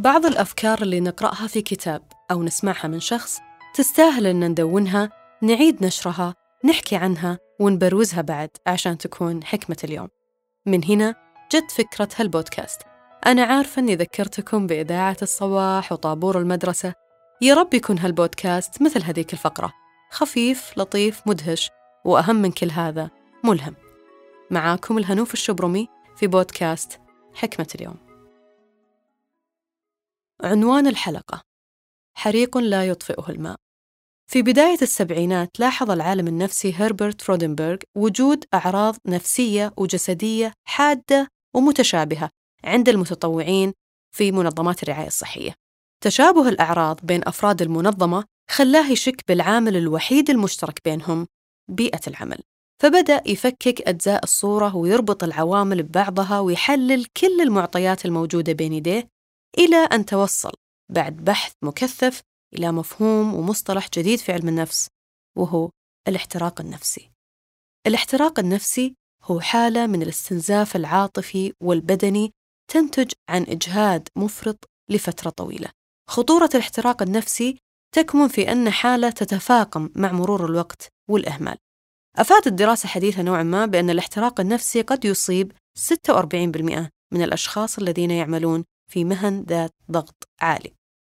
بعض الأفكار اللي نقرأها في كتاب أو نسمعها من شخص تستاهل أن ندونها، نعيد نشرها، نحكي عنها ونبروزها بعد عشان تكون حكمة اليوم. من هنا جت فكرة هالبودكاست. أنا عارفة أني ذكرتكم بإذاعة الصباح وطابور المدرسة، يا رب يكون هالبودكاست مثل هذيك الفقرة، خفيف لطيف مدهش، وأهم من كل هذا ملهم. معاكم الهنوف الشبرمي في بودكاست حكمة اليوم. عنوان الحلقة: حريق لا يطفئه الماء. في بداية السبعينات لاحظ العالم النفسي هربرت فرودنبرغ وجود أعراض نفسية وجسدية حادة ومتشابهة عند المتطوعين في منظمات الرعاية الصحية. تشابه الأعراض بين أفراد المنظمة خلاه يشك بالعامل الوحيد المشترك بينهم: بيئة العمل. فبدأ يفكك أجزاء الصورة ويربط العوامل ببعضها ويحلل كل المعطيات الموجودة بين يديه، إلى أن توصل بعد بحث مكثف إلى مفهوم ومصطلح جديد في علم النفس، وهو الاحتراق النفسي. الاحتراق النفسي هو حالة من الاستنزاف العاطفي والبدني تنتج عن إجهاد مفرط لفترة طويلة. خطورة الاحتراق النفسي تكمن في أن حالة تتفاقم مع مرور الوقت والإهمال. أفادت دراسة حديثة نوعاً ما بأن الاحتراق النفسي قد يصيب 46% من الأشخاص الذين يعملون في مهن ذات ضغط عالي.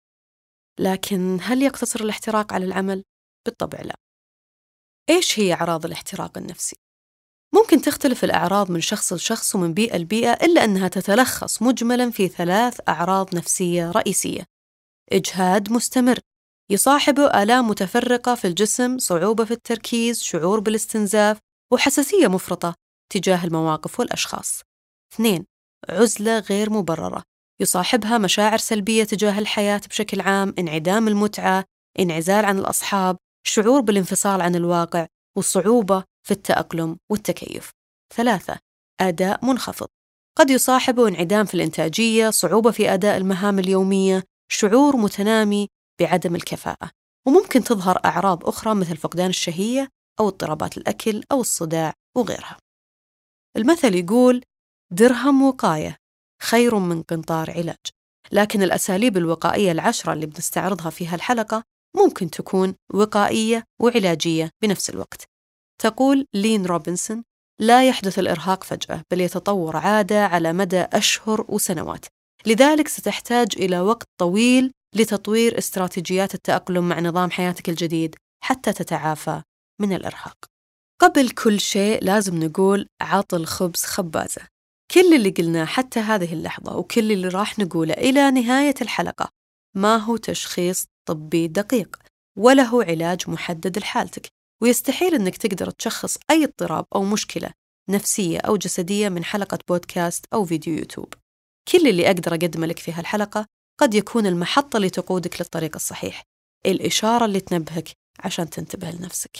لكن هل يقتصر الاحتراق على العمل؟ بالطبع لا. إيش هي أعراض الاحتراق النفسي؟ ممكن تختلف الأعراض من شخص لشخص ومن بيئة لبيئة، إلا أنها تتلخص مجملاً في 3 أعراض نفسية رئيسية: إجهاد مستمر يصاحبه آلام متفرقة في الجسم، صعوبة في التركيز، شعور بالاستنزاف، وحساسية مفرطة تجاه المواقف والأشخاص. 2. عزلة غير مبررة يصاحبها مشاعر سلبية تجاه الحياة بشكل عام، انعدام المتعة، انعزال عن الأصحاب، شعور بالانفصال عن الواقع، وصعوبة في التأقلم والتكيف. 3. أداء منخفض قد يصاحبه انعدام في الإنتاجية، صعوبة في أداء المهام اليومية، شعور متنامي بعدم الكفاءة. وممكن تظهر أعراض أخرى مثل فقدان الشهية أو اضطرابات الأكل أو الصداع وغيرها. المثل يقول: درهم وقاية خير من قنطار علاج. لكن الأساليب الوقائية 10 اللي بنستعرضها في هالحلقة ممكن تكون وقائية وعلاجية بنفس الوقت. تقول لين روبنسون: لا يحدث الإرهاق فجأة، بل يتطور عادة على مدى أشهر وسنوات. لذلك ستحتاج إلى وقت طويل لتطوير استراتيجيات التأقلم مع نظام حياتك الجديد حتى تتعافى من الإرهاق. قبل كل شيء لازم نقول: عط الخبز خبازة. كل اللي قلناه حتى هذه اللحظة وكل اللي راح نقوله إلى نهاية الحلقة ما هو تشخيص طبي دقيق ولا هو علاج محدد لحالتك، ويستحيل أنك تقدر تشخص أي اضطراب أو مشكلة نفسية أو جسدية من حلقة بودكاست أو فيديو يوتيوب. كل اللي أقدر أقدمه لك في هالحلقة قد يكون المحطة اللي تقودك للطريق الصحيح، الإشارة اللي تنبهك عشان تنتبه لنفسك.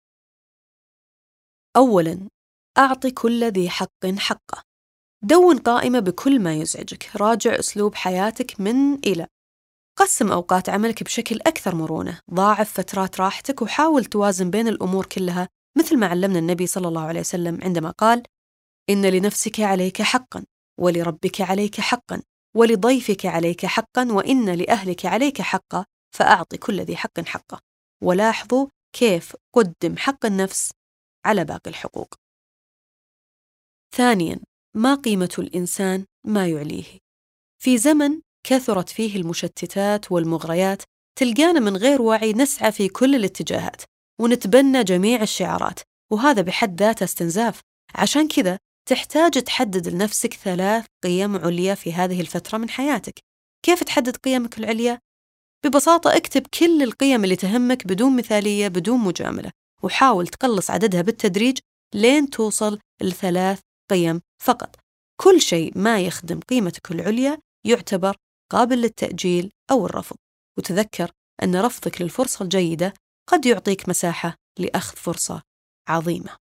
أولاً، أعطي كل ذي حق حقه. دون قائمة بكل ما يزعجك، راجع أسلوب حياتك من إلى، قسم أوقات عملك بشكل أكثر مرونة، ضاعف فترات راحتك، وحاول توازن بين الأمور كلها مثل ما علمنا النبي صلى الله عليه وسلم عندما قال: إن لنفسك عليك حقاً، ولربك عليك حقاً، ولضيفك عليك حقاً، وإن لأهلك عليك حقا، فأعطي كل ذي حق حقه. ولاحظوا كيف قدم حق النفس على باقي الحقوق. ثانياً، ما قيمة الإنسان ما يعليه. في زمن كثرت فيه المشتتات والمغريات، تلقانا من غير وعي نسعى في كل الاتجاهات ونتبنى جميع الشعارات، وهذا بحد ذاته استنزاف. عشان كذا تحتاج تحدد لنفسك 3 قيم عليا في هذه الفترة من حياتك. كيف تحدد قيمك العليا؟ ببساطة اكتب كل القيم اللي تهمك بدون مثالية، بدون مجاملة، وحاول تقلص عددها بالتدريج لين توصل ل3 قيم فقط. كل شيء ما يخدم قيمتك العليا يعتبر قابل للتأجيل أو الرفض، وتذكر أن رفضك للفرصة الجيدة قد يعطيك مساحة لأخذ فرصة عظيمة.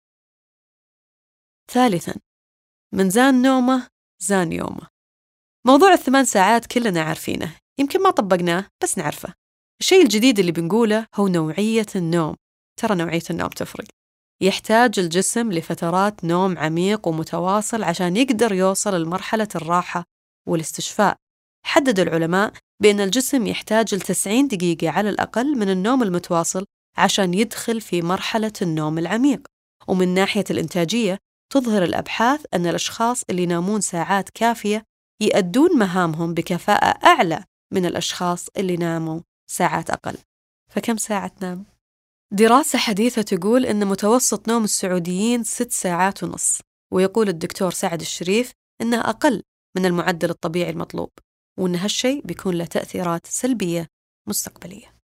ثالثاً، من زان نومه زان يومه. موضوع ال8 ساعات كلنا عارفينه، يمكن ما طبقناه بس نعرفه. الشيء الجديد اللي بنقوله هو نوعية النوم. ترى نوعية النوم تفرق. يحتاج الجسم لفترات نوم عميق ومتواصل عشان يقدر يوصل لمرحلة الراحة والاستشفاء. حدد العلماء بأن الجسم يحتاج 90 دقيقة على الأقل من النوم المتواصل عشان يدخل في مرحلة النوم العميق. ومن ناحية الإنتاجية تظهر الأبحاث أن الأشخاص اللي ينامون ساعات كافية يؤدون مهامهم بكفاءة أعلى من الأشخاص اللي ناموا ساعات أقل. فكم ساعة تنام؟ دراسة حديثة تقول أن متوسط نوم السعوديين 6 ساعات ونص، ويقول الدكتور سعد الشريف أنه أقل من المعدل الطبيعي المطلوب، وأن هالشيء بيكون له تأثيرات سلبية مستقبلية.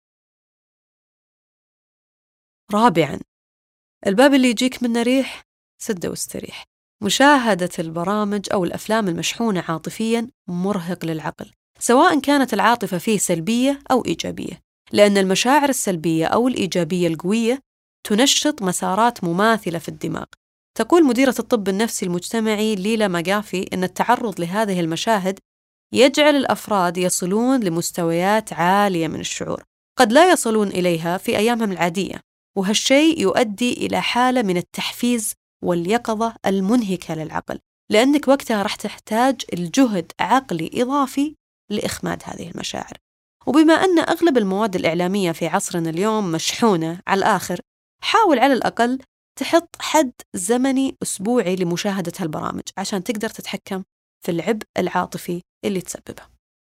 رابعاً، الباب اللي يجيك منه ريح سده واستريح. مشاهدة البرامج أو الأفلام المشحونة عاطفياً مرهق للعقل، سواء كانت العاطفة فيه سلبية أو إيجابية، لأن المشاعر السلبية أو الإيجابية القوية تنشط مسارات مماثلة في الدماغ. تقول مديرة الطب النفسي المجتمعي ليلا مقافي أن التعرض لهذه المشاهد يجعل الأفراد يصلون لمستويات عالية من الشعور قد لا يصلون إليها في أيامهم العادية، وهالشيء يؤدي إلى حالة من التحفيز واليقظة المنهكة للعقل، لأنك وقتها راح تحتاج الجهد عقلي إضافي لإخماد هذه المشاعر. وبما أن أغلب المواد الإعلامية في عصرنا اليوم مشحونة على الآخر، حاول على الأقل تحط حد زمني أسبوعي لمشاهدة هالبرامج عشان تقدر تتحكم في العبء العاطفي اللي تسببه.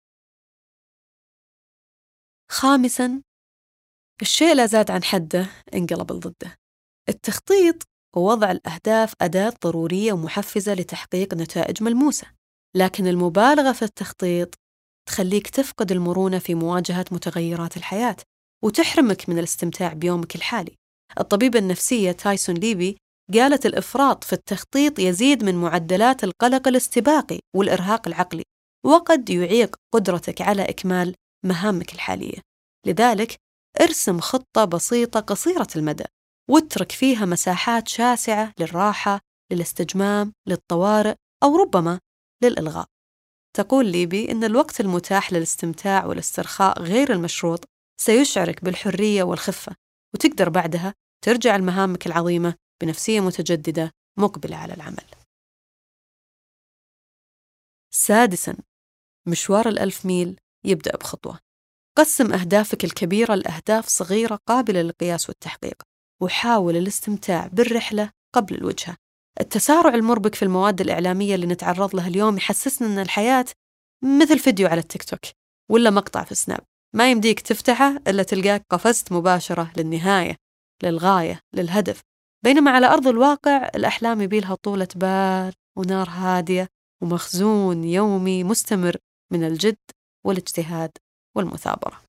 خامساً، الشيء لا زاد عن حده انقلب ضده. التخطيط ووضع الأهداف أداة ضرورية ومحفزة لتحقيق نتائج ملموسة، لكن المبالغة في التخطيط تخليك تفقد المرونة في مواجهة متغيرات الحياة وتحرمك من الاستمتاع بيومك الحالي. الطبيبة النفسية تايسون ليبي قالت الإفراط في التخطيط يزيد من معدلات القلق الاستباقي والإرهاق العقلي، وقد يعيق قدرتك على إكمال مهامك الحالية. لذلك ارسم خطة بسيطة قصيرة المدى واترك فيها مساحات شاسعة للراحة، للاستجمام، للطوارئ أو ربما للإلغاء. تقول ليبي إن الوقت المتاح للاستمتاع والاسترخاء غير المشروط سيشعرك بالحرية والخفة، وتقدر بعدها ترجع لمهامك العظيمة بنفسية متجددة مقبلة على العمل. سادساً، مشوار 1000 ميل يبدأ بخطوة. قسم أهدافك الكبيرة لأهداف صغيرة قابلة للقياس والتحقيق، وحاول الاستمتاع بالرحلة قبل الوجهة. التسارع المربك في المواد الإعلامية اللي نتعرض لها اليوم يحسسنا أن الحياة مثل فيديو على التيك توك ولا مقطع في سناب، ما يمديك تفتحه إلا تلقاك قفزت مباشرة للنهاية، للغاية، للهدف. بينما على أرض الواقع الأحلام يبيلها طولة بال ونار هادية ومخزون يومي مستمر من الجد والاجتهاد والمثابرة.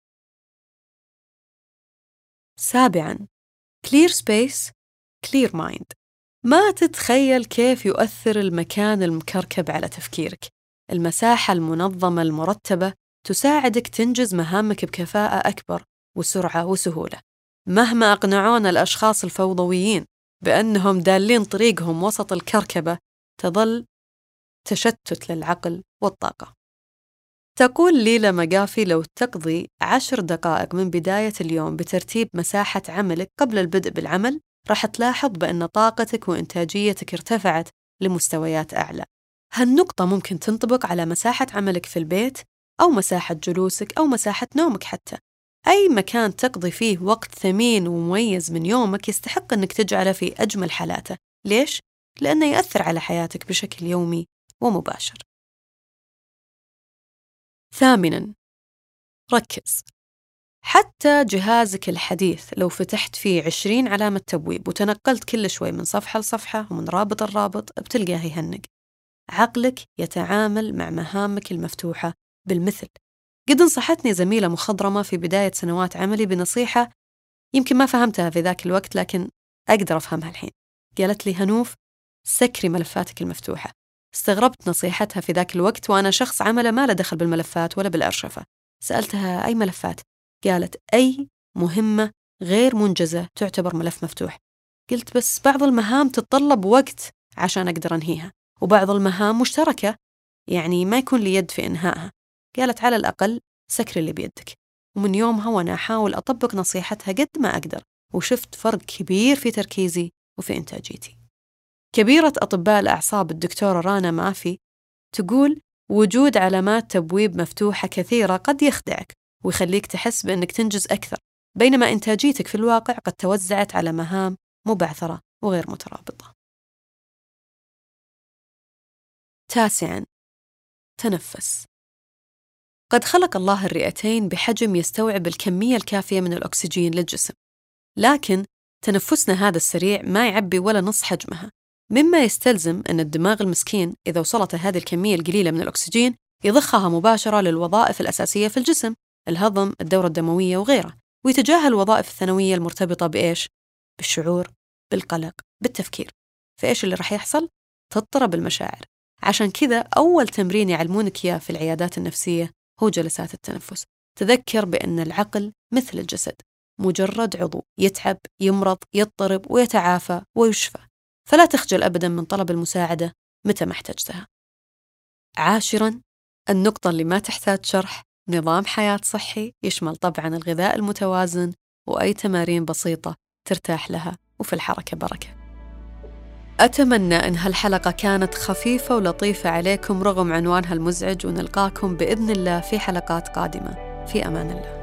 سابعاً، clear space clear mind. ما تتخيل كيف يؤثر المكان المكركب على تفكيرك. المساحة المنظمة المرتبة تساعدك تنجز مهامك بكفاءة أكبر وسرعة وسهولة. مهما أقنعونا الأشخاص الفوضويين بأنهم دالين طريقهم وسط الكركبة، تظل تشتت للعقل والطاقة. تقول ليلا مقافي لو تقضي 10 دقائق من بداية اليوم بترتيب مساحة عملك قبل البدء بالعمل، راح تلاحظ بأن طاقتك وإنتاجيتك ارتفعت لمستويات أعلى. هالنقطة ممكن تنطبق على مساحة عملك في البيت أو مساحة جلوسك أو مساحة نومك حتى. أي مكان تقضي فيه وقت ثمين ومميز من يومك يستحق أنك تجعله في أجمل حالاته. ليش؟ لأنه يأثر على حياتك بشكل يومي ومباشر. ثامناً، ركز. حتى جهازك الحديث لو فتحت فيه 20 علامة تبويب وتنقلت كل شوي من صفحة لصفحة ومن رابط لرابط بتلقاه يهنق. عقلك يتعامل مع مهامك المفتوحة بالمثل. قد انصحتني زميلة مخضرمة في بداية سنوات عملي بنصيحة يمكن ما فهمتها في ذاك الوقت لكن أقدر أفهمها الحين. قالت لي هنوف، سكري ملفاتك المفتوحة. استغربت نصيحتها في ذاك الوقت وأنا شخص عمله ما له دخل بالملفات ولا بالأرشفة. سألتها أي ملفات؟ قالت أي مهمة غير منجزة تعتبر ملف مفتوح. قلت بس بعض المهام تتطلب وقت عشان أقدر أنهيها، وبعض المهام مشتركة يعني ما يكون لي يد في إنهائها. قالت على الأقل سكري اللي بيدك. ومن يومها وأنا أحاول أطبق نصيحتها قد ما أقدر، وشفت فرق كبير في تركيزي وفي إنتاجيتي. كبيرة أطباء الأعصاب الدكتورة رانا مافي تقول وجود علامات تبويب مفتوحة كثيرة قد يخدعك ويخليك تحس بأنك تنجز أكثر، بينما إنتاجيتك في الواقع قد توزعت على مهام مبعثرة وغير مترابطة. 9. تنفس. قد خلق الله الرئتين بحجم يستوعب الكمية الكافية من الأكسجين للجسم، لكن تنفسنا هذا السريع ما يعبي ولا نص حجمها، مما يستلزم أن الدماغ المسكين إذا وصلت هذه الكمية القليلة من الأكسجين يضخها مباشرة للوظائف الأساسية في الجسم، الهضم، الدورة الدموية وغيرها، ويتجاهل الوظائف الثانوية المرتبطة بإيش؟ بالشعور، بالقلق، بالتفكير. فإيش اللي رح يحصل؟ تضطرب المشاعر. عشان كذا أول تمرين يعلمونك إياه في العيادات النفسية هو جلسات التنفس. تذكر بأن العقل مثل الجسد، مجرد عضو يتعب، يمرض، يضطرب ويتعافى ويشفى، فلا تخجل أبداً من طلب المساعدة متى ما احتجتها. 10. النقطة اللي ما تحتاج شرح: نظام حياة صحي يشمل طبعاً الغذاء المتوازن وأي تمارين بسيطة ترتاح لها، وفي الحركة بركة. أتمنى أن هالحلقة كانت خفيفة ولطيفة عليكم رغم عنوانها المزعج، ونلقاكم بإذن الله في حلقات قادمة. في أمان الله.